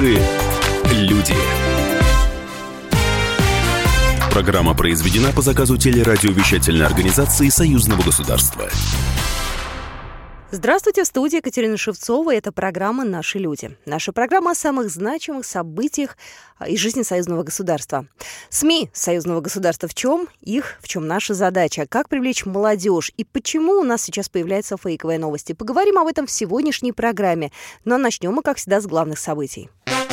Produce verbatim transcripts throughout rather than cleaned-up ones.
Наши люди. Программа произведена по заказу телерадиовещательной организации Союзного государства. Здравствуйте, в студии Екатерина Шевцова. Это программа «Наши люди». Наша программа о самых значимых событиях из жизни союзного государства. СМИ союзного государства в чем их, в чем наша задача? Как привлечь молодежь? И почему у нас сейчас появляются фейковые новости? Поговорим об этом в сегодняшней программе. Но начнем мы, как всегда, с главных событий.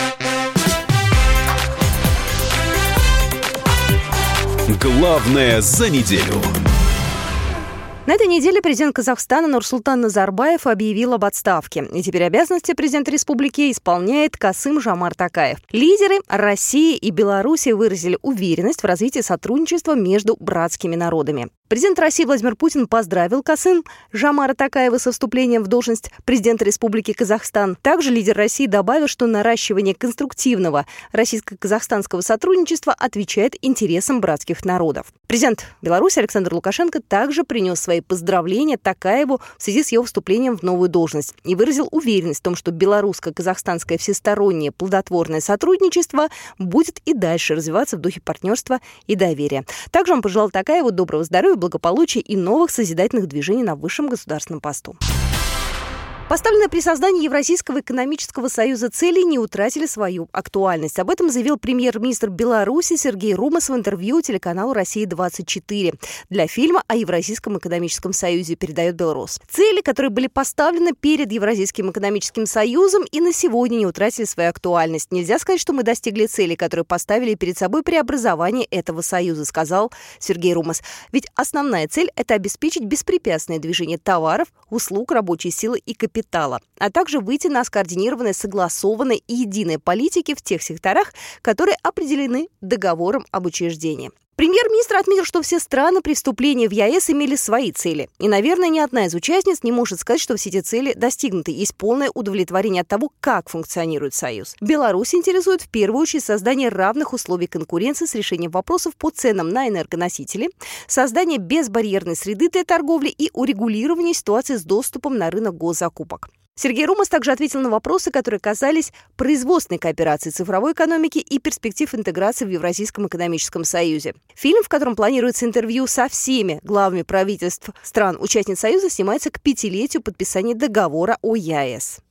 Главное за неделю. На этой неделе президент Казахстана Нурсултан Назарбаев объявил об отставке. И теперь обязанности президента республики исполняет Касым-Жомарт Токаев. Лидеры России и Беларуси выразили уверенность в развитии сотрудничества между братскими народами. Президент России Владимир Путин поздравил Касым-Жомарта Токаева со вступлением в должность президента Республики Казахстан. Также лидер России добавил, что наращивание конструктивного российско-казахстанского сотрудничества отвечает интересам братских народов. Президент Беларуси Александр Лукашенко также принес свои поздравления Токаеву в связи с его вступлением в новую должность и выразил уверенность в том, что белорусско-казахстанское всестороннее плодотворное сотрудничество будет и дальше развиваться в духе партнерства и доверия. Также он пожелал Токаеву доброго здоровья, благополучия и новых созидательных движений на высшем государственном посту. Поставленные при создании Евразийского экономического союза цели не утратили свою актуальность. Об этом заявил премьер-министр Беларуси Сергей Румас в интервью телеканалу «Россия-двадцать четыре». Для фильма о Евразийском экономическом союзе, передает Белрос. Цели, которые были поставлены перед Евразийским экономическим союзом, и на сегодня не утратили свою актуальность. Нельзя сказать, что мы достигли цели, которые поставили перед собой при образовании этого союза, сказал Сергей Румас. Ведь основная цель – это обеспечить беспрепятственное движение товаров, услуг, рабочей силы и капитала, а также выйти на скоординированной, согласованной и единой политики в тех секторах, которые определены договором об учреждении. Премьер-министр отметил, что все страны при вступлении в ЕАЭС имели свои цели. И, наверное, ни одна из участниц не может сказать, что все эти цели достигнуты. Есть полное удовлетворение от того, как функционирует Союз. Беларусь интересует в первую очередь создание равных условий конкуренции с решением вопросов по ценам на энергоносители, создание безбарьерной среды для торговли и урегулирование ситуации с доступом на рынок госзакупок. Сергей Румас также ответил на вопросы, которые касались производственной кооперации, цифровой экономики и перспектив интеграции в Евразийском экономическом союзе. Фильм, в котором планируется интервью со всеми главами правительств стран-участниц Союза, снимается к пятилетию подписания договора о ЕАЭС.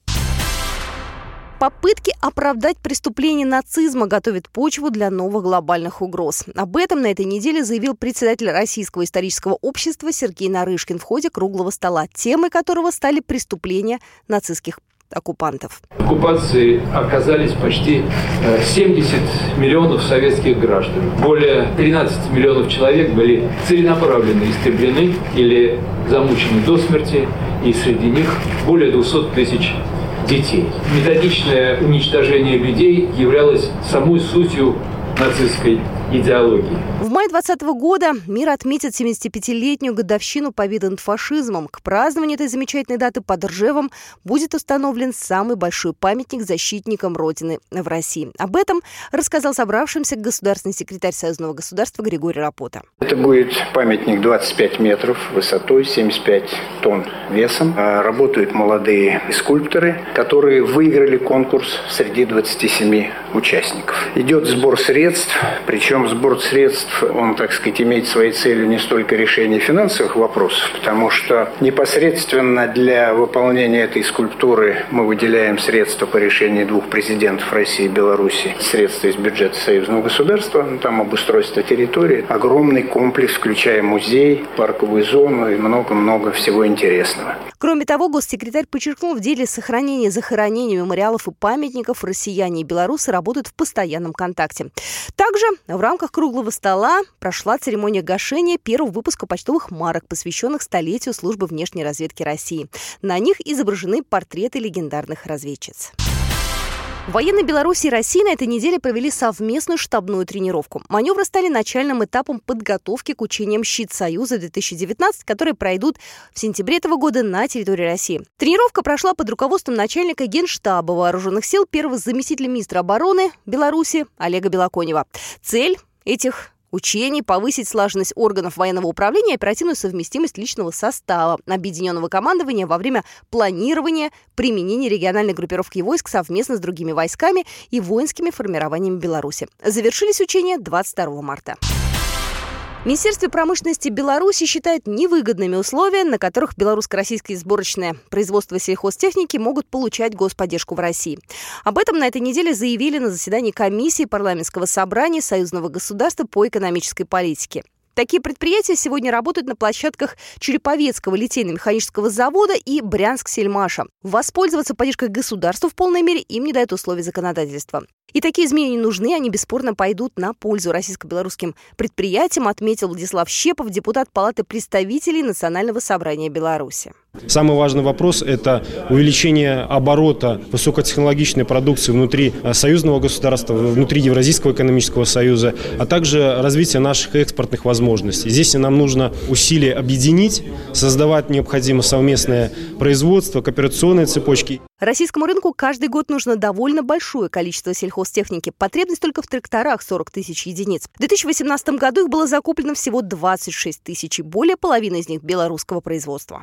Попытки оправдать преступление нацизма готовят почву для новых глобальных угроз. Об этом на этой неделе заявил председатель Российского исторического общества Сергей Нарышкин в ходе круглого стола, темой которого стали преступления нацистских оккупантов. В оккупации оказались почти семьдесят миллионов советских граждан. Более тринадцать миллионов человек были целенаправленно истреблены или замучены до смерти, и среди них более двухсот тысяч детей. Методичное уничтожение людей являлось самой сутью нацистской идеологии. В мае двадцатого года мир отметит семидесятипятилетнюю годовщину победы над фашизмом. К празднованию этой замечательной даты под Ржевом будет установлен самый большой памятник защитникам Родины в России. Об этом рассказал собравшимся государственный секретарь Союзного государства Григорий Рапота. Это будет памятник двадцать пять метров высотой, семьдесят пять тонн весом. Работают молодые скульпторы, которые выиграли конкурс среди двадцати семи участников. Идет сбор средств, причем сбор средств, он, так сказать, имеет своей целью не столько решение финансовых вопросов, потому что непосредственно для выполнения этой скульптуры мы выделяем средства по решению двух президентов России и Беларуси, средства из бюджета союзного государства, там обустройство территории, огромный комплекс, включая музей, парковую зону и много-много всего интересного. Кроме того, госсекретарь подчеркнул, в деле сохранения захоронений, мемориалов и памятников россияне и белорусы работают в постоянном контакте. Также в рамках круглого стола прошла церемония гашения первого выпуска почтовых марок, посвященных столетию службы внешней разведки России. На них изображены портреты легендарных разведчиц. Военные Беларуси и России на этой неделе провели совместную штабную тренировку. Маневры стали начальным этапом подготовки к учениям «Щит Союза-две тысячи девятнадцать», которые пройдут в сентябре этого года на территории России. Тренировка прошла под руководством начальника Генштаба Вооруженных сил первого заместителя министра обороны Беларуси Олега Белоконева. Цель этих учений, повысить слаженность органов военного управления и оперативную совместимость личного состава объединенного командования во время планирования применения региональной группировки войск совместно с другими войсками и воинскими формированиями Беларуси. Завершились учения двадцать второго марта. Министерство промышленности Беларуси считает невыгодными условия, на которых белорусско-российское сборочное производство сельхозтехники могут получать господдержку в России. Об этом на этой неделе заявили на заседании комиссии парламентского собрания Союзного государства по экономической политике. Такие предприятия сегодня работают на площадках Череповецкого литейно-механического завода и Брянск-Сельмаша. Воспользоваться поддержкой государства в полной мере им не дают условия законодательства. И такие изменения нужны, они бесспорно пойдут на пользу российско-белорусским предприятиям, отметил Владислав Щепов, депутат Палаты представителей Национального собрания Беларуси. Самый важный вопрос – это увеличение оборота высокотехнологичной продукции внутри союзного государства, внутри Евразийского экономического союза, а также развитие наших экспортных возможностей. Здесь нам нужно усилия объединить, создавать необходимое совместное производство, кооперационные цепочки. Российскому рынку каждый год нужно довольно большое количество сельхозтехники. Потребность только в тракторах – сорок тысяч единиц. В две тысячи восемнадцатом году их было закуплено всего двадцать шесть тысяч, и более половины из них белорусского производства.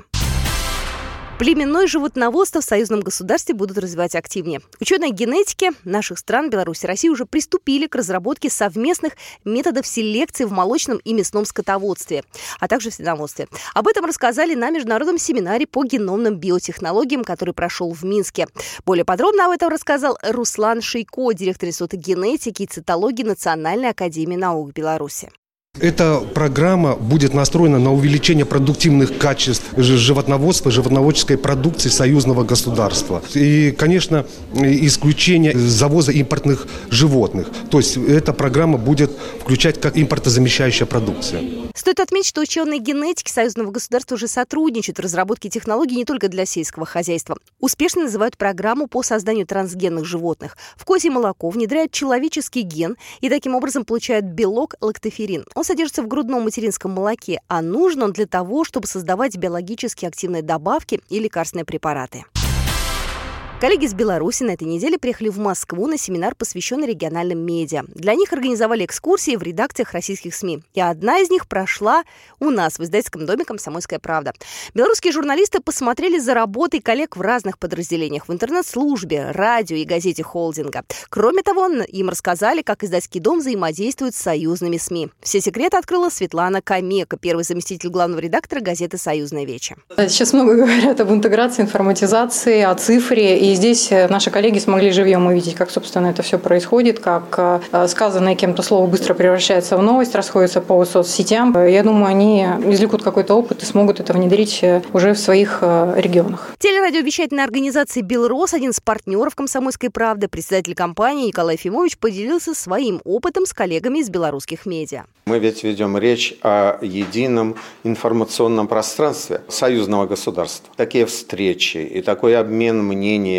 Племенное животноводство в союзном государстве будут развивать активнее. Ученые генетики наших стран, Беларуси и России, уже приступили к разработке совместных методов селекции в молочном и мясном скотоводстве, а также в свиноводстве. Об этом рассказали на международном семинаре по геномным биотехнологиям, который прошел в Минске. Более подробно об этом рассказал Руслан Шейко, директор Института генетики и цитологии Национальной академии наук Беларуси. Эта программа будет настроена на увеличение продуктивных качеств животноводства, животноводческой продукции союзного государства. И, конечно, исключение завоза импортных животных. То есть эта программа будет включать как импортозамещающая продукция. Стоит отметить, что ученые генетики союзного государства уже сотрудничают в разработке технологий не только для сельского хозяйства. Успешно называют программу по созданию трансгенных животных. В козье молоко внедряют человеческий ген и таким образом получают белок лактоферин. Он содержится в грудном материнском молоке, а нужен он для того, чтобы создавать биологически активные добавки и лекарственные препараты. Коллеги из Беларуси на этой неделе приехали в Москву на семинар, посвященный региональным медиа. Для них организовали экскурсии в редакциях российских СМИ. И одна из них прошла у нас в издательском доме «Комсомольская правда». Белорусские журналисты посмотрели за работой коллег в разных подразделениях, в интернет-службе, радио и газете холдинга. Кроме того, им рассказали, как издательский дом взаимодействует с союзными СМИ. Все секреты открыла Светлана Камека, первый заместитель главного редактора газеты «Союзная Веча». Сейчас много говорят об интеграции, информатизации, о цифре. И здесь наши коллеги смогли живьем увидеть, как, собственно, это все происходит, как сказанное кем-то слово быстро превращается в новость, расходится по соцсетям. Я думаю, они извлекут какой-то опыт и смогут это внедрить уже в своих регионах. Телерадиовещательной организации «Белрос», один из партнеров «Комсомольской правды», председатель компании Николай Фимович поделился своим опытом с коллегами из белорусских медиа. Мы ведь ведем речь о едином информационном пространстве союзного государства. Такие встречи и такой обмен мнениями,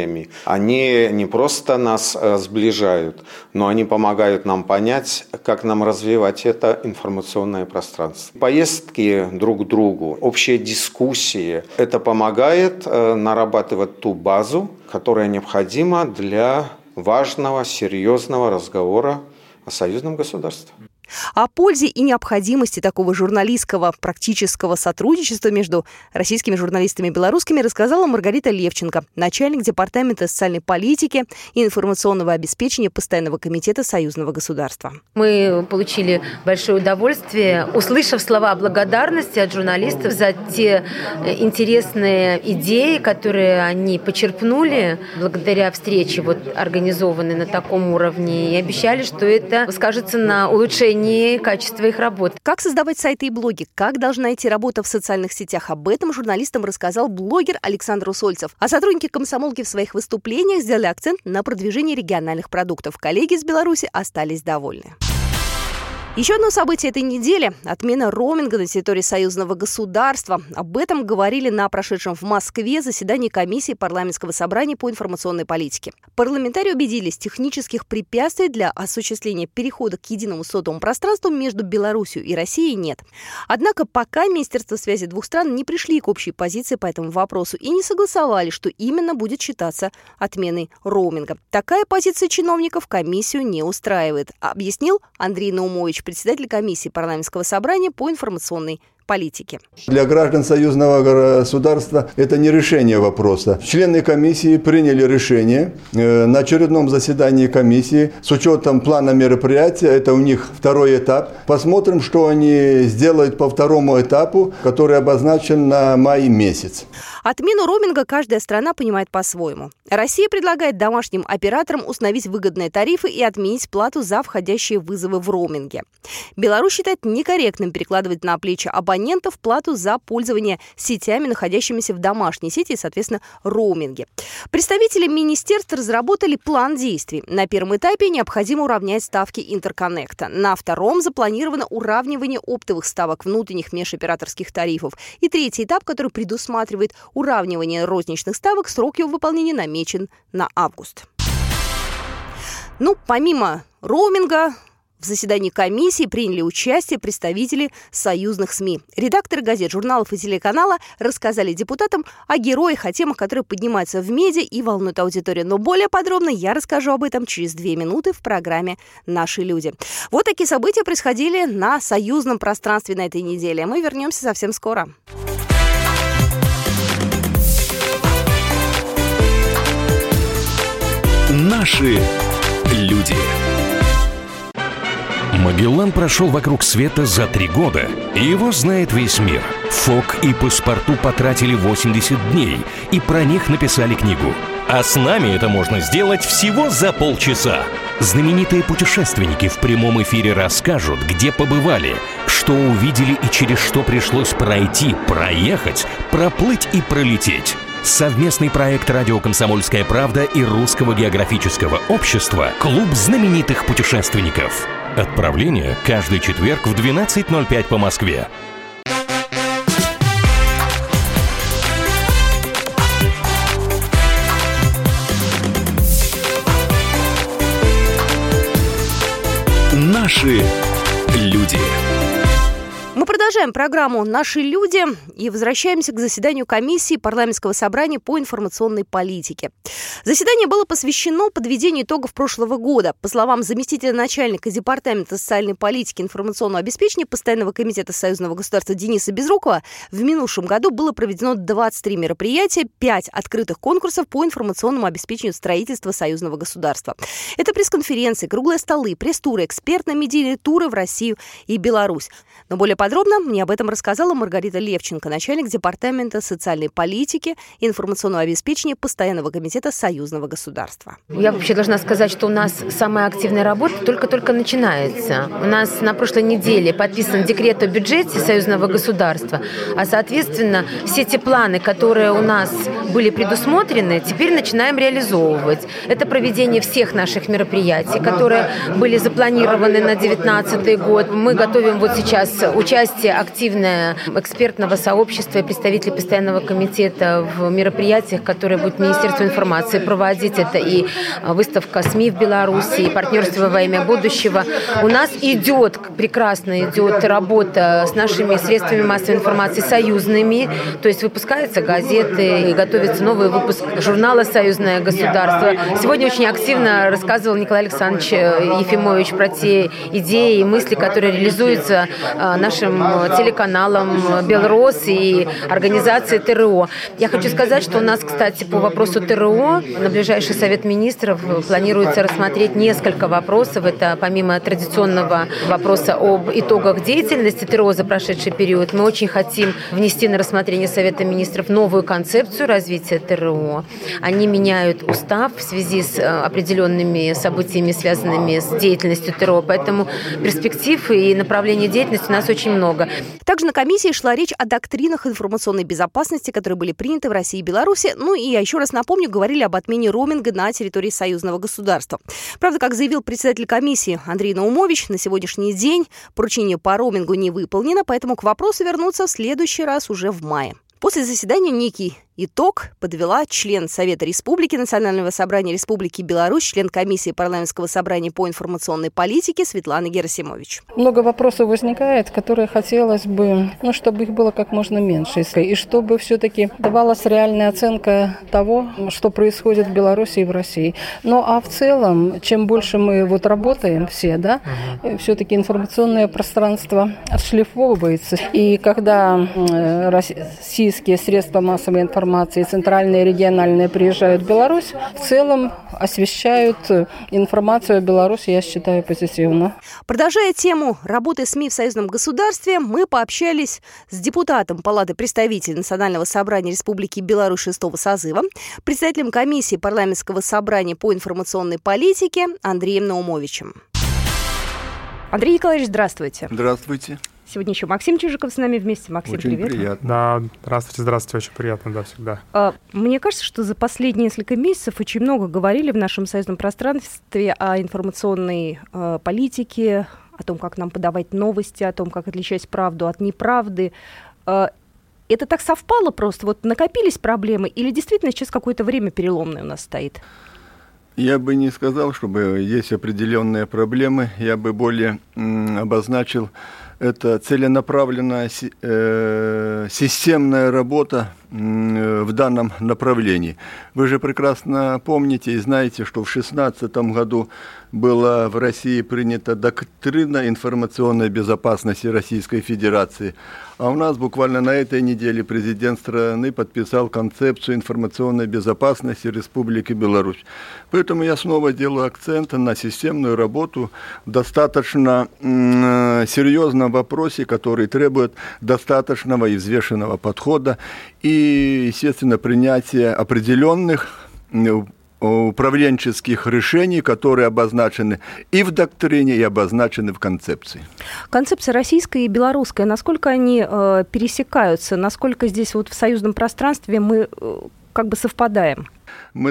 они не просто нас сближают, но они помогают нам понять, как нам развивать это информационное пространство. Поездки друг к другу, общие дискуссии, это помогает нарабатывать ту базу, которая необходима для важного, серьезного разговора о союзном государстве. О пользе и необходимости такого журналистского практического сотрудничества между российскими журналистами и белорусскими рассказала Маргарита Левченко, начальник департамента социальной политики и информационного обеспечения Постоянного комитета союзного государства. Мы получили большое удовольствие, услышав слова благодарности от журналистов за те интересные идеи, которые они почерпнули благодаря встрече, вот, организованной на таком уровне, и обещали, что это скажется на улучшении качества их работ. Как создавать сайты и блоги? Как должна идти работа в социальных сетях? Об этом журналистам рассказал блогер Александр Усольцев. А сотрудники «Комсомолки» в своих выступлениях сделали акцент на продвижении региональных продуктов. Коллеги из Беларуси остались довольны. Еще одно событие этой недели – отмена роуминга на территории союзного государства. Об этом говорили на прошедшем в Москве заседании комиссии парламентского собрания по информационной политике. Парламентарии убедились, технических препятствий для осуществления перехода к единому сотовому пространству между Беларусью и Россией нет. Однако пока Министерство связи двух стран не пришли к общей позиции по этому вопросу и не согласовали, что именно будет считаться отменой роуминга. Такая позиция чиновников комиссию не устраивает, объяснил Андрей Наумович, председатель комиссии парламентского собрания по информационной политики. Для граждан союзного государства это не решение вопроса. Члены комиссии приняли решение на очередном заседании комиссии с учетом плана мероприятия. Это у них второй этап. Посмотрим, что они сделают по второму этапу, который обозначен на май месяц. Отмену роуминга каждая страна понимает по-своему. Россия предлагает домашним операторам установить выгодные тарифы и отменить плату за входящие вызовы в роуминге. Беларусь считает некорректным перекладывать на плечи абонентов плату за пользование сетями, находящимися в домашней сети и, соответственно, роуминге. Представители министерств разработали план действий. На первом этапе необходимо уравнять ставки интерконнекта. На втором запланировано уравнивание оптовых ставок внутренних межоператорских тарифов. И третий этап, который предусматривает уравнивание розничных ставок, срок его выполнения намечен на август. Ну, помимо роуминга, в заседании комиссии приняли участие представители союзных СМИ. Редакторы газет, журналов и телеканала рассказали депутатам о героях, о темах, которые поднимаются в медиа и волнуют аудиторию. Но более подробно я расскажу об этом через две минуты в программе «Наши люди». Вот такие события происходили на союзном пространстве на этой неделе. Мы вернемся совсем скоро. Наши люди. Магеллан прошел вокруг света за три года, и его знает весь мир. Фок и Паспарту потратили восемьдесят дней, и про них написали книгу. А с нами это можно сделать всего за полчаса. Знаменитые путешественники в прямом эфире расскажут, где побывали, что увидели и через что пришлось пройти, проехать, проплыть и пролететь. Совместный проект «Радио Комсомольская правда» и Русского географического общества «Клуб знаменитых путешественников». Отправление каждый четверг в двенадцать ноль пять по Москве. Наши люди. Мы продолжаем программу «Наши люди» и возвращаемся к заседанию комиссии парламентского собрания по информационной политике. Заседание было посвящено подведению итогов прошлого года. По словам заместителя начальника Департамента социальной политики и информационного обеспечения Постоянного комитета союзного государства Дениса Безрукова, в минувшем году было проведено двадцать три мероприятия, пять открытых конкурсов по информационному обеспечению строительства союзного государства. Это пресс-конференции, круглые столы, пресс-туры, экспертно-медийные туры в Россию и Беларусь. Но более подробно мне об этом рассказала Маргарита Левченко, начальник Департамента социальной политики и информационного обеспечения Постоянного комитета союзного государства. Я вообще должна сказать, что у нас самая активная работа только-только начинается. У нас на прошлой неделе подписан декрет о бюджете союзного государства, а, соответственно, все те планы, которые у нас были предусмотрены, теперь начинаем реализовывать. Это проведение всех наших мероприятий, которые были запланированы на две тысячи девятнадцатый год. Мы готовим вот сейчас участие активное экспертного сообщества и представителей Постоянного комитета в мероприятиях, которые будет Министерство информации проводить. Это и выставка СМИ в Беларуси, и партнерство во имя будущего. У нас идет, прекрасно идет работа с нашими средствами массовой информации союзными, то есть выпускаются газеты и готовится новый выпуск журнала «Союзное государство». Сегодня очень активно рассказывал Николай Александрович Ефимович про те идеи и мысли, которые реализуются нашим телеканалом «Белрос» и организацией ТРО. Я хочу сказать, что у нас, кстати, по вопросу ТРО на ближайший Совет министров планируется рассмотреть несколько вопросов. Это помимо традиционного вопроса об итогах деятельности ТРО за прошедший период, мы очень хотим внести на рассмотрение Совета министров новую концепцию развития ТРО. Они меняют устав в связи с определенными событиями, связанными с деятельностью ТРО, поэтому перспектив и направлений деятельности у нас очень много. Также на комиссии шла речь о доктринах информационной безопасности, которые были приняты в России и Беларуси. Ну и я еще раз напомню, говорили об отмене роуминга на территории союзного государства. Правда, как заявил председатель комиссии Андрей Наумович, на сегодняшний день поручение по роумингу не выполнено, поэтому к вопросу вернуться в следующий раз уже в мае. После заседания некий Итог подвела член Совета Республики, Национального собрания Республики Беларусь, член комиссии парламентского собрания по информационной политике Светлана Герасимович. Много вопросов возникает, которые хотелось бы, ну, чтобы их было как можно меньше, и чтобы все-таки давалась реальная оценка того, что происходит в Беларуси и в России. Ну а в целом, чем больше мы вот работаем все, да, угу. все-таки информационное пространство отшлифовывается. И когда российские средства массовой информации, центральные и региональные, приезжают в Беларусь, в целом освещают информацию о Беларуси, я считаю, позитивно. Продолжая тему работы СМИ в союзном государстве, мы пообщались с депутатом Палаты представителей Национального собрания Республики Беларусь шестого созыва, председателем комиссии парламентского собрания по информационной политике Андреем Наумовичем. Андрей Николаевич, здравствуйте. Здравствуйте. Сегодня еще Максим Чижиков с нами вместе. Максим, очень привет. Приятно. Да, здравствуйте, здравствуйте, очень приятно, да, всегда. А, мне кажется, что за последние несколько месяцев очень много говорили в нашем союзном пространстве о информационной э, политике, о том, как нам подавать новости, о том, как отличать правду от неправды. Э, это так совпало просто? Вот накопились проблемы или действительно сейчас какое-то время переломное у нас стоит? Я бы не сказал, чтобы есть определенные проблемы. Я бы более м, обозначил это целенаправленная э, системная работа э, в данном направлении. Вы же прекрасно помните и знаете, что в две тысячи шестнадцатом году была в России принята доктрина информационной безопасности Российской Федерации, а у нас буквально на этой неделе президент страны подписал концепцию информационной безопасности Республики Беларусь. Поэтому я снова делаю акцент на системную работу в достаточно э, серьезном вопросе, который требует достаточного и взвешенного подхода и, естественно, принятия определенных управленческих решений, которые обозначены и в доктрине, и обозначены в концепции. Концепция российская и белорусская, насколько они э, пересекаются, насколько здесь вот в союзном пространстве мы э, как бы совпадаем? Мы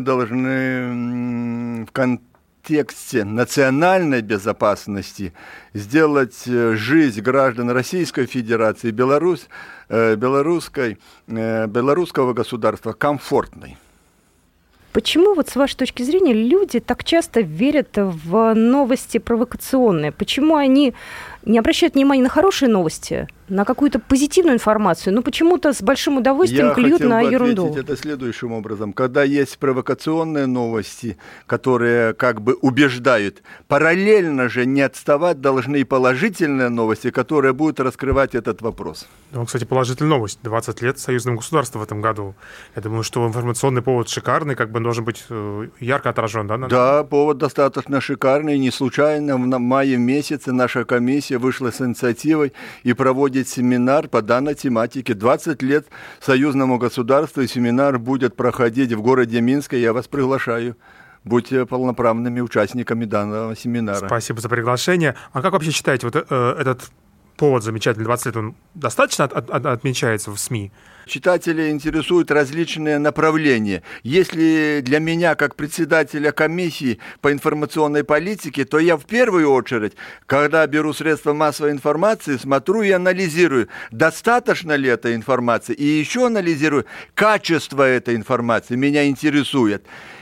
должны в контексте национальной безопасности сделать жизнь граждан Российской Федерации и Беларусь, э, белорусской, э, белорусского государства комфортной. Почему, вот с вашей точки зрения, люди так часто верят в новости провокационные? Почему они не обращают внимания на хорошие новости, на какую-то позитивную информацию, но почему-то с большим удовольствием Я клюют на ерунду? Я хотел бы ответить это следующим образом. Когда есть провокационные новости, которые как бы убеждают, параллельно же не отставать должны и положительные новости, которые будут раскрывать этот вопрос. Ну, кстати, положительная новость. двадцать лет союзному государству в этом году. Я думаю, что информационный повод шикарный, как бы должен быть ярко отражен, да? Да, повод достаточно шикарный. Не случайно в мае месяце наша комиссия вышла с инициативой и проводит семинар по данной тематике. двадцать лет союзному государству, и семинар будет проходить в городе Минске. Я вас приглашаю. Будьте полноправными участниками данного семинара. Спасибо за приглашение. А как вообще считаете, вот э, этот повод замечательный, двадцать лет, он достаточно от, от, отмечается в СМИ? Читателей интересуют различные направления. Если для меня, как председателя комиссии по информационной политике, то я в первую очередь, когда беру средства массовой информации, смотрю и анализирую, достаточно ли этой информации, и еще анализирую качество этой информации, меня интересует.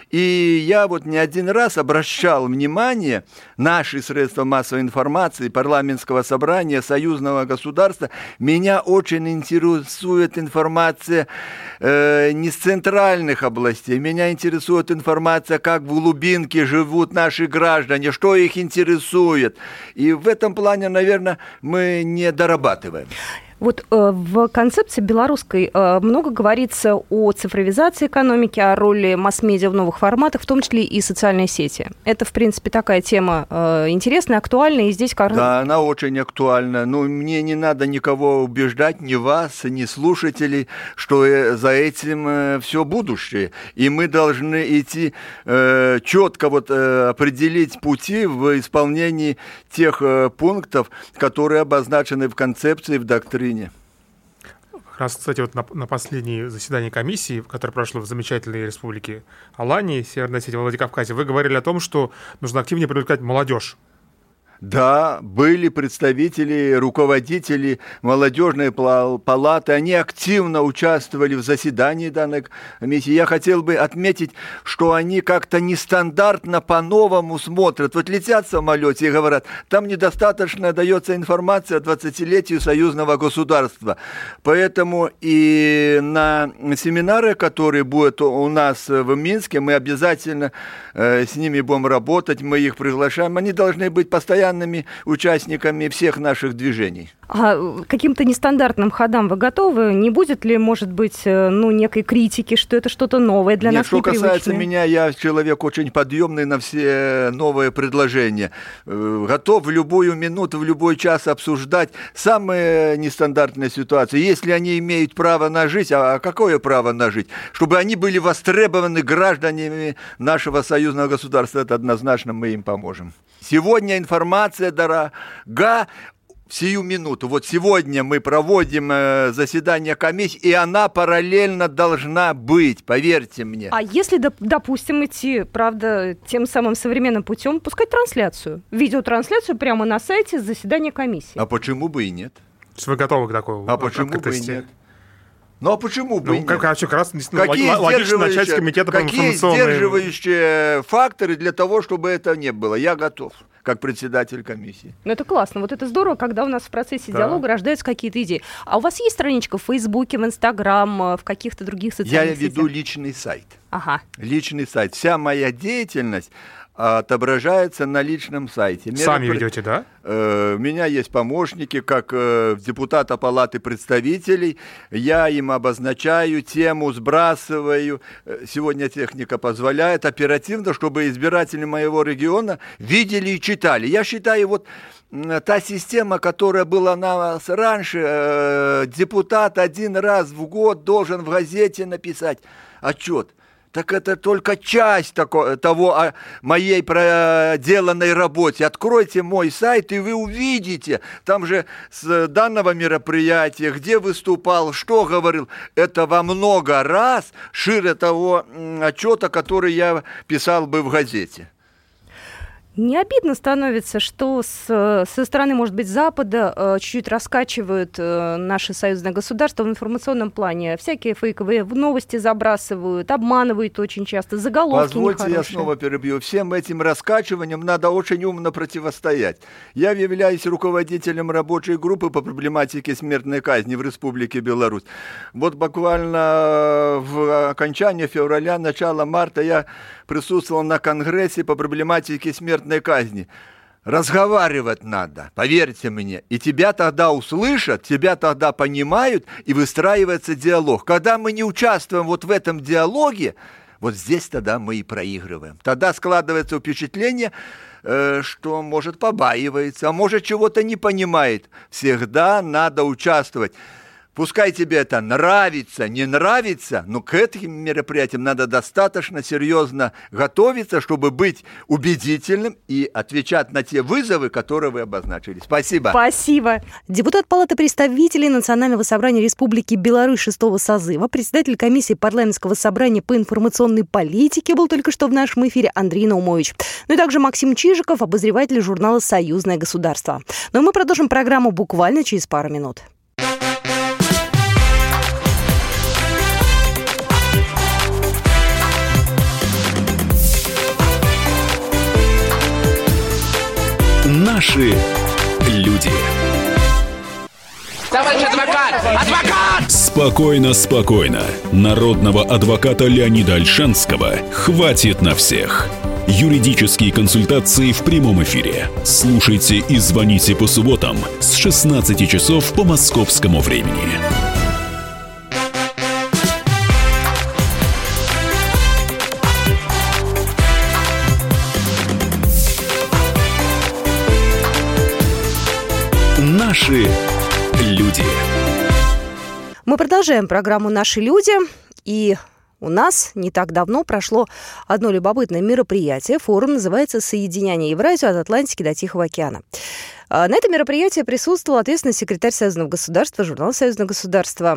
И я вот не один раз обращал внимание, наши средства массовой информации, парламентского собрания, союзного государства, меня очень интересует информация э, не с центральных областей, меня интересует информация, как в глубинке живут наши граждане, что их интересует. И в этом плане, наверное, мы не дорабатываем. Вот э, в концепции белорусской э, много говорится о цифровизации экономики, о роли масс-медиа в новых форматах, в том числе и социальные сети. Это, в принципе, такая тема э, интересная, актуальная, и здесь... Да, она очень актуальна. Ну, мне не надо никого убеждать, ни вас, ни слушателей, что э, за этим э, все будущее. И мы должны идти э, четко вот, э, определить пути в исполнении тех э, пунктов, которые обозначены в концепции, в доктрине. Как раз, кстати, вот на, на последнее заседание комиссии, которое прошло в замечательной республике Алании, Северной Осетии, Владикавказе, вы говорили о том, что нужно активнее привлекать молодежь. Да, были представители, руководители молодежной палаты, они активно участвовали в заседании данной комиссии. Я хотел бы отметить, что они как-то нестандартно по-новому смотрят. Вот летят в самолете и говорят, там недостаточно дается информация о двадцатилетию союзного государства. Поэтому и на семинары, которые будут у нас в Минске, мы обязательно э, с ними будем работать, мы их приглашаем. Они должны быть постоянными участниками всех наших движений. А каким-то нестандартным ходам вы готовы? Не будет ли, может быть, ну, некой критики, что это что-то новое для Нет, нас что непривычное? Касается меня, я человек очень подъемный на все новые предложения. Готов в любую минуту, в любой час обсуждать самые нестандартные ситуации. Если они имеют право на жизнь, а какое право на жизнь? Чтобы они были востребованы гражданами нашего союзного государства, это однозначно мы им поможем. Сегодня информация дорога в сию минуту. Вот сегодня мы проводим э, заседание комиссии, и она параллельно должна быть, поверьте мне. А если, допустим, идти, правда, тем самым современным путем, пускать трансляцию, видеотрансляцию прямо на сайте заседания комиссии? А почему бы и нет? То есть вы готовы к такому? А почему бы и нет? Ну а почему бы ну, и нет? Как, как раз какие логично начать с комитета по какие сдерживающие факторы для того, чтобы это не было? Я готов, как председатель комиссии. Ну это классно, вот это здорово, когда у нас в процессе да. диалога рождаются какие-то идеи. А у вас есть страничка в Фейсбуке, в Инстаграм, в каких-то других социальных сетях? Я веду личный сайт. Ага. Личный сайт. Вся моя деятельность отображается на личном сайте. Сами Меропри... ведете, да? У меня есть помощники, как депутата Палаты представителей. Я им обозначаю тему, сбрасываю. Сегодня техника позволяет оперативно, чтобы избиратели моего региона видели и читали. Я считаю, вот та система, которая была у нас раньше, депутат один раз в год должен в газете написать отчет. Так это только часть тако, того о моей проделанной работе. Откройте мой сайт, и вы увидите. Там же с данного мероприятия, где выступал, что говорил. Это во много раз шире того отчета, который я писал бы в газете. Не обидно становится, что с, со стороны, может быть, Запада чуть-чуть раскачивают наше союзное государство в информационном плане. Всякие фейковые новости забрасывают, обманывают очень часто, заголовки Позвольте, нехорошие. Я снова перебью. Всем этим раскачиваниям надо очень умно противостоять. Я являюсь руководителем рабочей группы по проблематике смертной казни в Республике Беларусь. Вот буквально в окончании февраля, начало марта я присутствовал на конгрессе по проблематике смертной казни. Разговаривать надо, поверьте мне. И тебя тогда услышат, тебя тогда понимают, и выстраивается диалог. Когда мы не участвуем вот в этом диалоге, вот здесь тогда мы и проигрываем. Тогда складывается впечатление, э, что, может, побаивается, а может, чего-то не понимает. Всегда надо участвовать. Пускай тебе это нравится, не нравится, но к этим мероприятиям надо достаточно серьезно готовиться, чтобы быть убедительным и отвечать на те вызовы, которые вы обозначили. Спасибо. Спасибо. Депутат Палаты представителей Национального собрания Республики Беларусь шестого созыва, председатель комиссии парламентского собрания по информационной политике был только что в нашем эфире Андрей Наумович. Ну и также Максим Чижиков, обозреватель журнала «Союзное государство». Но мы продолжим программу буквально через пару минут. Наши люди. Товарищ адвокат! Адвокат! Спокойно, спокойно. Народного адвоката Леонида Ольшанского хватит на всех. Юридические консультации в прямом эфире. Слушайте и звоните по субботам с шестнадцати часов по московскому времени. Наши люди. Мы продолжаем программу «Наши люди». И у нас не так давно прошло одно любопытное мероприятие. Форум называется «Соединение Евразию от Атлантики до Тихого океана». На это мероприятие присутствовал ответственный секретарь Союзного государства, журнала «Союзное государство»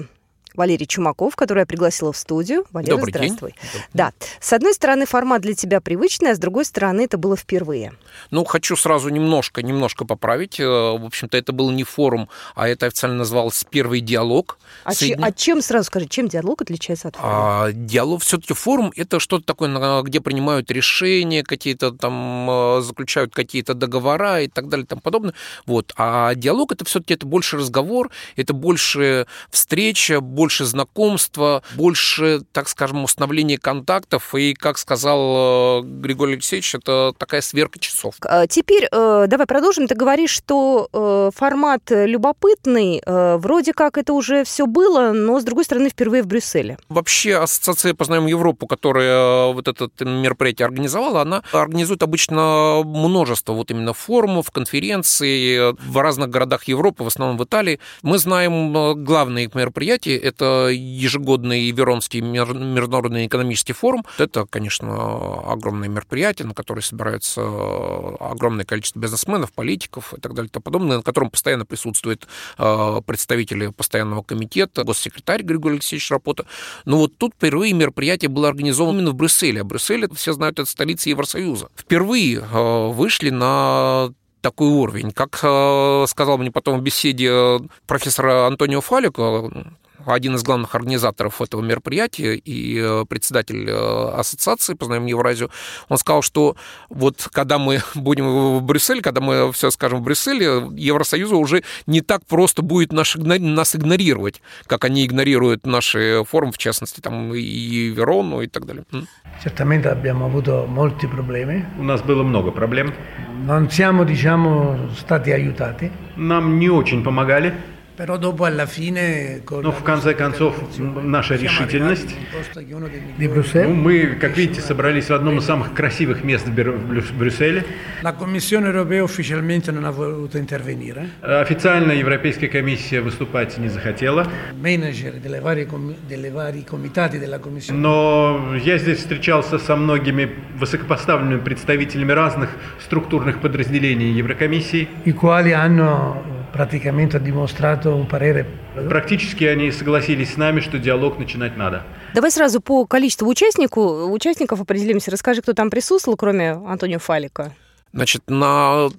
Валерий Чумаков, который я пригласила в студию. Валерий, Добрый здравствуй. День. Да. С одной стороны, формат для тебя привычный, а с другой стороны, это было впервые. Ну, хочу сразу немножко, немножко поправить. В общем-то, это был не форум, а это официально называлось «Первый диалог». А, Соедин... че, а чем, сразу скажи, чем диалог отличается от форума? А, диалог, все-таки форум – это что-то такое, где принимают решения, какие-то там, заключают какие-то договора и так далее и тому подобное. Вот. А диалог – это все-таки это больше разговор, это больше встреча, больше больше знакомства, больше, так скажем, установления контактов. И, как сказал Григорий Алексеевич, это такая сверка часов. Теперь давай продолжим. Ты говоришь, что формат любопытный. Вроде как это уже все было, но, с другой стороны, впервые в Брюсселе. Вообще, Ассоциация «Познаем Европу», которая вот это мероприятие организовала, она организует обычно множество вот именно форумов, конференций в разных городах Европы, в основном в Италии. Мы знаем главные их мероприятия. Это ежегодный Веронский международный экономический форум. Это, конечно, огромное мероприятие, на которое собираются огромное количество бизнесменов, политиков и так далее и тому подобное, на котором постоянно присутствуют представители постоянного комитета, госсекретарь Григорий Алексеевич Рапота. Но вот тут впервые мероприятие было организовано именно в Брюсселе. А Брюссель, все знают, это столица Евросоюза. Впервые вышли на такой уровень. Как сказал мне потом в беседе профессор Антонио Фалико, один из главных организаторов этого мероприятия и председатель ассоциации «Познаем Евразию», он сказал, что вот когда мы будем в Брюсселе, когда мы все скажем в Брюсселе, Евросоюзу уже не так просто будет нас игнорировать, как они игнорируют наши форумы, в частности, там и Верону и так далее. Certamente abbiamo avuto molti problemi. У нас было много проблем. Non siamo, diciamo, stati aiutati. Нам не очень помогали. Но в конце концов наша решительность. Ну, мы, как видите, собрались в одном из самых красивых мест в Брюсселе. Официально Европейская комиссия выступать не захотела. Но я здесь встречался со многими высокопоставленными представителями разных структурных подразделений Еврокомиссии. Практически они согласились с нами, что диалог начинать надо. Давай сразу по количеству участников, участников определимся. Расскажи, кто там присутствовал, кроме Антонио Фалико. Значит, на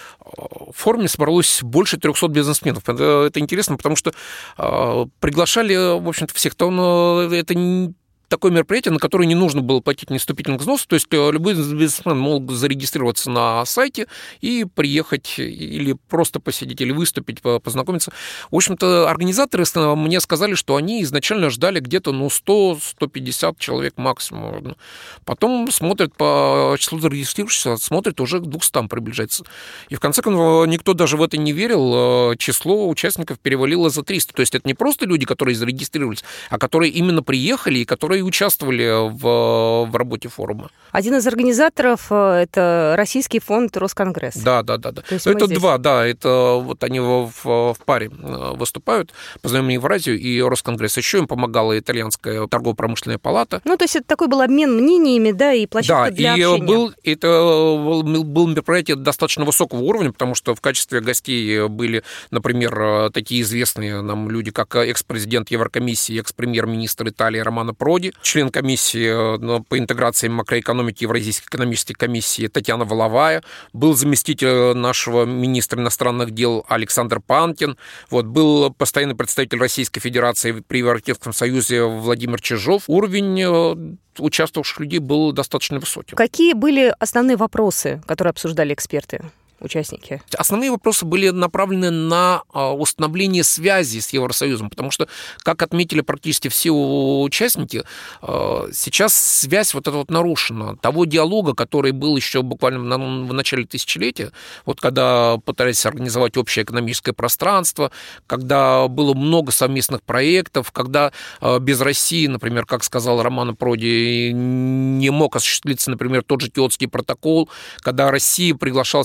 форуме собралось больше трехсот бизнесменов. Это, это интересно, потому что э, приглашали, в общем-то, всех. То, это не такое мероприятие, на которое не нужно было платить ни вступительных взносов, то есть любой бизнесмен мог зарегистрироваться на сайте и приехать или просто посидеть, или выступить, познакомиться. В общем-то, организаторы мне сказали, что они изначально ждали где-то ну, сто - сто пятьдесят человек максимум. Потом смотрят по числу зарегистрировавшихся, смотрят, уже к двухстам приближается. И в конце концов, никто даже в это не верил, число участников перевалило за триста. То есть это не просто люди, которые зарегистрировались, а которые именно приехали и которые участвовали в, в работе форума. Один из организаторов – это Российский фонд Росконгресс. Да, да, да. да. Это здесь... два, да, это вот они в, в, в паре выступают, «Познаем Евразию» и Росконгресс. Еще им помогала итальянская торгово-промышленная палата. Ну, то есть это такой был обмен мнениями, да, и площадка да, для и общения. Был, это был, был мероприятие достаточно высокого уровня, потому что в качестве гостей были, например, такие известные нам люди, как экс-президент Еврокомиссии, экс-премьер-министр Италии Романо Проди, член комиссии по интеграции макроэкономики Евразийской экономической комиссии Татьяна Воловая, был заместитель нашего министра иностранных дел Александр Панкин, вот, был постоянный представитель Российской Федерации при Европейском Союзе Владимир Чижов. Уровень участвовавших людей был достаточно высоким. Какие были основные вопросы, которые обсуждали эксперты? Участники? Основные вопросы были направлены на установление связи с Евросоюзом, потому что, как отметили практически все участники, сейчас связь вот эта вот нарушена. Того диалога, который был еще буквально в начале тысячелетия, вот когда пытались организовать общее экономическое пространство, когда было много совместных проектов, когда без России, например, как сказал Романо Проди, не мог осуществиться, например, тот же Киотский протокол, когда Россия приглашалась практически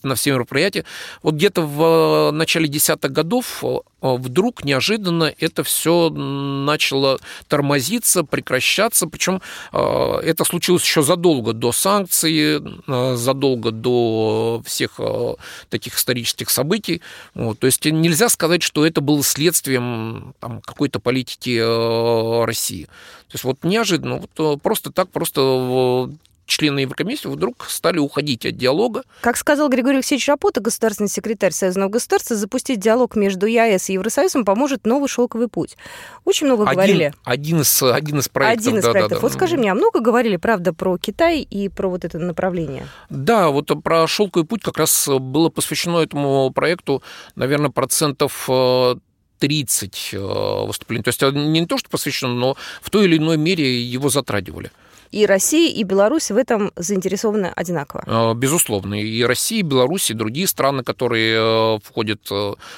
на все мероприятия. Вот где-то в начале десятых годов вдруг неожиданно это все начало тормозиться, прекращаться. Причем это случилось еще задолго до санкций, задолго до всех таких исторических событий. Вот. То есть нельзя сказать, что это было следствием там, какой-то политики России. То есть вот неожиданно, вот просто так, просто члены Еврокомиссии вдруг стали уходить от диалога. Как сказал Григорий Алексеевич Рапота, государственный секретарь Союзного государства, запустить диалог между ЕАЭС и Евросоюзом поможет новый шелковый путь. Очень много один, говорили. Один из, один из проектов. Один из да, проектов. Да, да. Вот скажи мне, а много говорили, правда, про Китай и про вот это направление? Да, вот про шелковый путь как раз было посвящено этому проекту, наверное, процентов тридцать выступлений. То есть не то, что посвящено, но в той или иной мере его затрагивали. И Россия, и Беларусь в этом заинтересованы одинаково? Безусловно. И Россия, и Беларусь, и другие страны, которые входят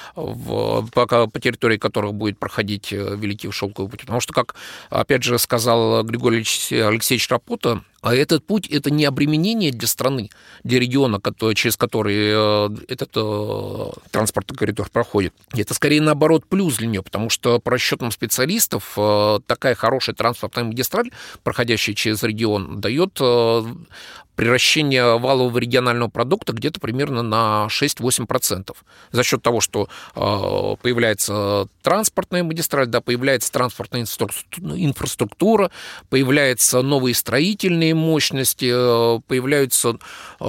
в, по, по территории которых будет проходить Великий шелковый путь. Потому что, как, опять же, сказал Григорий Алексеевич Рапота, а этот путь – это не обременение для страны, для региона, который, через который этот транспортный коридор проходит. Это, скорее, наоборот, плюс для нее, потому что, по расчетам специалистов, такая хорошая транспортная магистраль, проходящая через регион, дает превращение валового регионального продукта где-то примерно на шесть-восемь процентов. За счет того, что появляется транспортная магистраль, да, появляется транспортная инфраструктура, появляются новые строительные мощности, появляются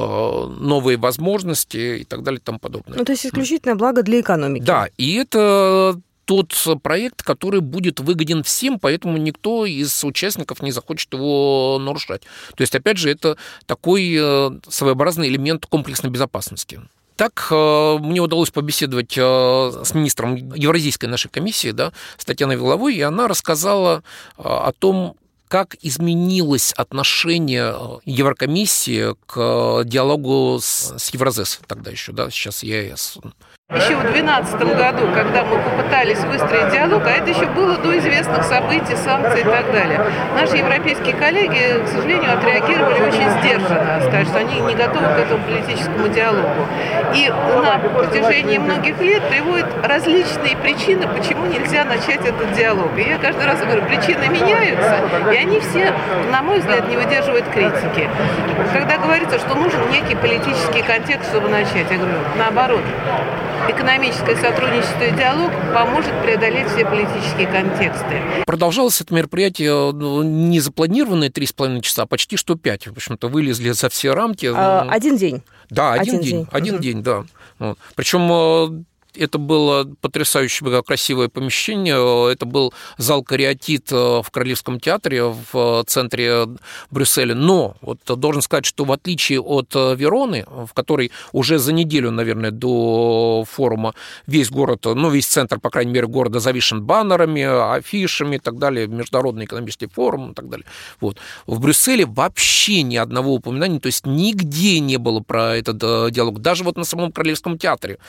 новые возможности и так далее и тому подобное. Ну, то есть исключительное благо для экономики. Да, и это тот проект, который будет выгоден всем, поэтому никто из участников не захочет его нарушать. То есть, опять же, это такой своеобразный элемент комплексной безопасности. Так мне удалось побеседовать с министром Евразийской нашей комиссии, да, с Татьяной Виловой, и она рассказала о том, как изменилось отношение Еврокомиссии к диалогу с, с Евразес, тогда еще, да, сейчас ЕАЭС. Еще в две тысячи двенадцатом году, когда мы попытались выстроить диалог, а это еще было до известных событий, санкций и так далее, наши европейские коллеги, к сожалению, отреагировали очень сдержанно, сказали, что они не готовы к этому политическому диалогу. И на протяжении многих лет приводят различные причины, почему нельзя начать этот диалог. И я каждый раз говорю, причины меняются, и они все, на мой взгляд, не выдерживают критики. Когда говорится, что нужен некий политический контекст, чтобы начать, я говорю, наоборот. Экономическое сотрудничество и диалог поможет преодолеть все политические контексты. Продолжалось это мероприятие не запланированные три с половиной часа, а почти что пять. В общем-то, вылезли за все рамки. А, один день? Да, один, один день. день. Один угу. день, да. Вот. Причем это было потрясающе красивое помещение. Это был зал «Кариатид» в Королевском театре в центре Брюсселя. Но вот должен сказать, что в отличие от Вероны, в которой уже за неделю, наверное, до форума весь город, ну, весь центр, по крайней мере, города завешен баннерами, афишами и так далее, Международный экономический форум и так далее. Вот. В Брюсселе вообще ни одного упоминания, то есть нигде не было про этот диалог. Даже вот на самом Королевском театре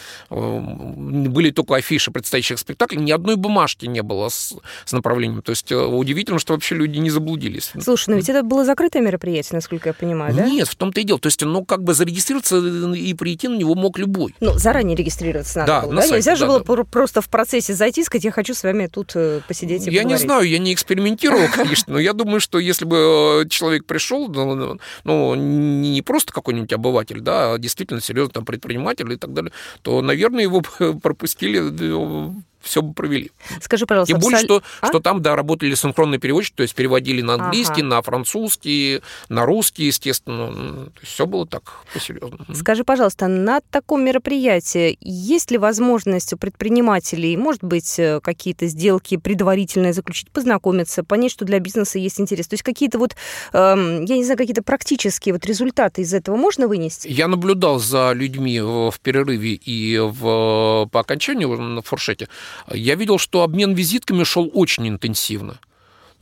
были только афиши предстоящих спектаклей, ни одной бумажки не было с, с направлением. То есть удивительно, что вообще люди не заблудились. Слушай, ну ведь это было закрытое мероприятие, насколько я понимаю, да? Нет, в том-то и дело. То есть, ну, как бы зарегистрироваться и прийти на него мог любой. Ну, заранее регистрироваться надо да, было, да? Сайте, Нельзя да, же да, было да. просто в процессе зайти и сказать, я хочу с вами тут посидеть и Я поговорить. не знаю, я не экспериментировал, конечно, но я думаю, что если бы человек пришел, ну, не просто какой-нибудь обыватель, да, а действительно серьезный там предприниматель и так далее, то, наверное, его пропустили, все бы провели. Скажи, пожалуйста, тем более, абсол... что, а? что там, да, работали синхронные переводчики, то есть переводили на английский, ага. на французский, на русский, естественно. То есть все было так по-серьезному. Скажи, пожалуйста, на таком мероприятии есть ли возможность у предпринимателей, может быть, какие-то сделки предварительные заключить, познакомиться, понять, что для бизнеса есть интерес? То есть какие-то вот, э, я не знаю, какие-то практические вот результаты из этого можно вынести? Я наблюдал за людьми в перерыве и в, по окончанию на фуршете. Я видел, что обмен визитками шел очень интенсивно. То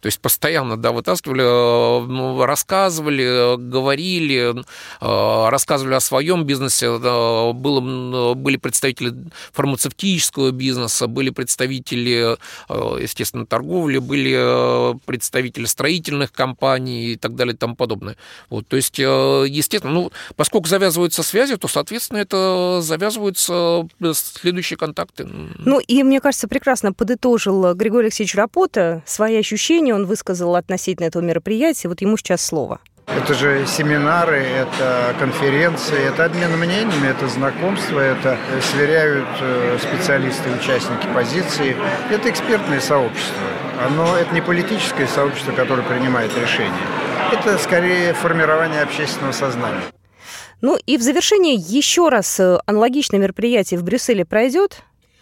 То есть постоянно, да, вытаскивали, рассказывали, говорили, рассказывали о своем бизнесе. Было, были представители фармацевтического бизнеса, были представители, естественно, торговли, были представители строительных компаний и так далее и тому подобное. Вот, то есть, естественно, ну, поскольку завязываются связи, то, соответственно, это завязываются следующие контакты. Ну, и, мне кажется, прекрасно подытожил Григорий Алексеевич Рапота свои ощущения, он высказал относительно этого мероприятия. Вот ему сейчас слово. Это же семинары, это конференции, это обмен мнениями, это знакомство, это сверяют специалисты, участники позиции. Это экспертное сообщество. Оно, это не политическое сообщество, которое принимает решения. Это скорее формирование общественного сознания. Ну и в завершение еще раз аналогичное мероприятие в Брюсселе пройдет?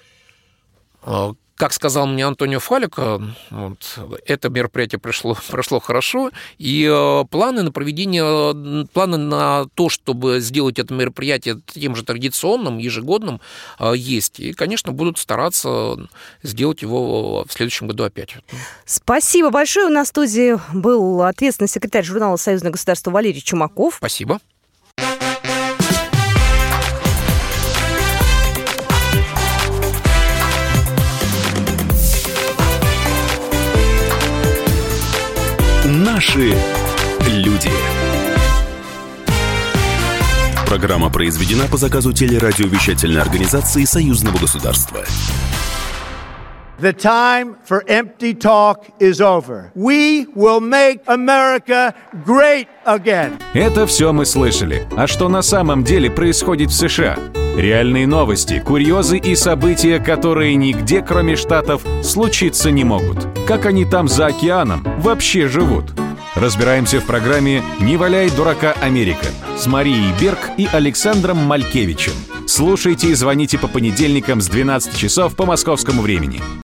Как сказал мне Антонио Фалик, вот, это мероприятие прошло, прошло хорошо, и планы на проведение, планы на то, чтобы сделать это мероприятие тем же традиционным, ежегодным, есть. И, конечно, будут стараться сделать его в следующем году опять. Спасибо большое. У нас в студии был ответственный секретарь журнала «Союзное государство» Валерий Чумаков. Спасибо. Наши люди. Программа произведена по заказу телерадиовещательной организации Союзного государства. The time for empty talk is over. We will make America great again. Это все мы слышали. А что на самом деле происходит в США? Реальные новости, курьезы и события, которые нигде, кроме Штатов, случиться не могут. Как они там за океаном вообще живут? Разбираемся в программе «Не валяй дурака, Америка» с Марией Берг и Александром Малькевичем. Слушайте и звоните по понедельникам с двенадцати часов по московскому времени.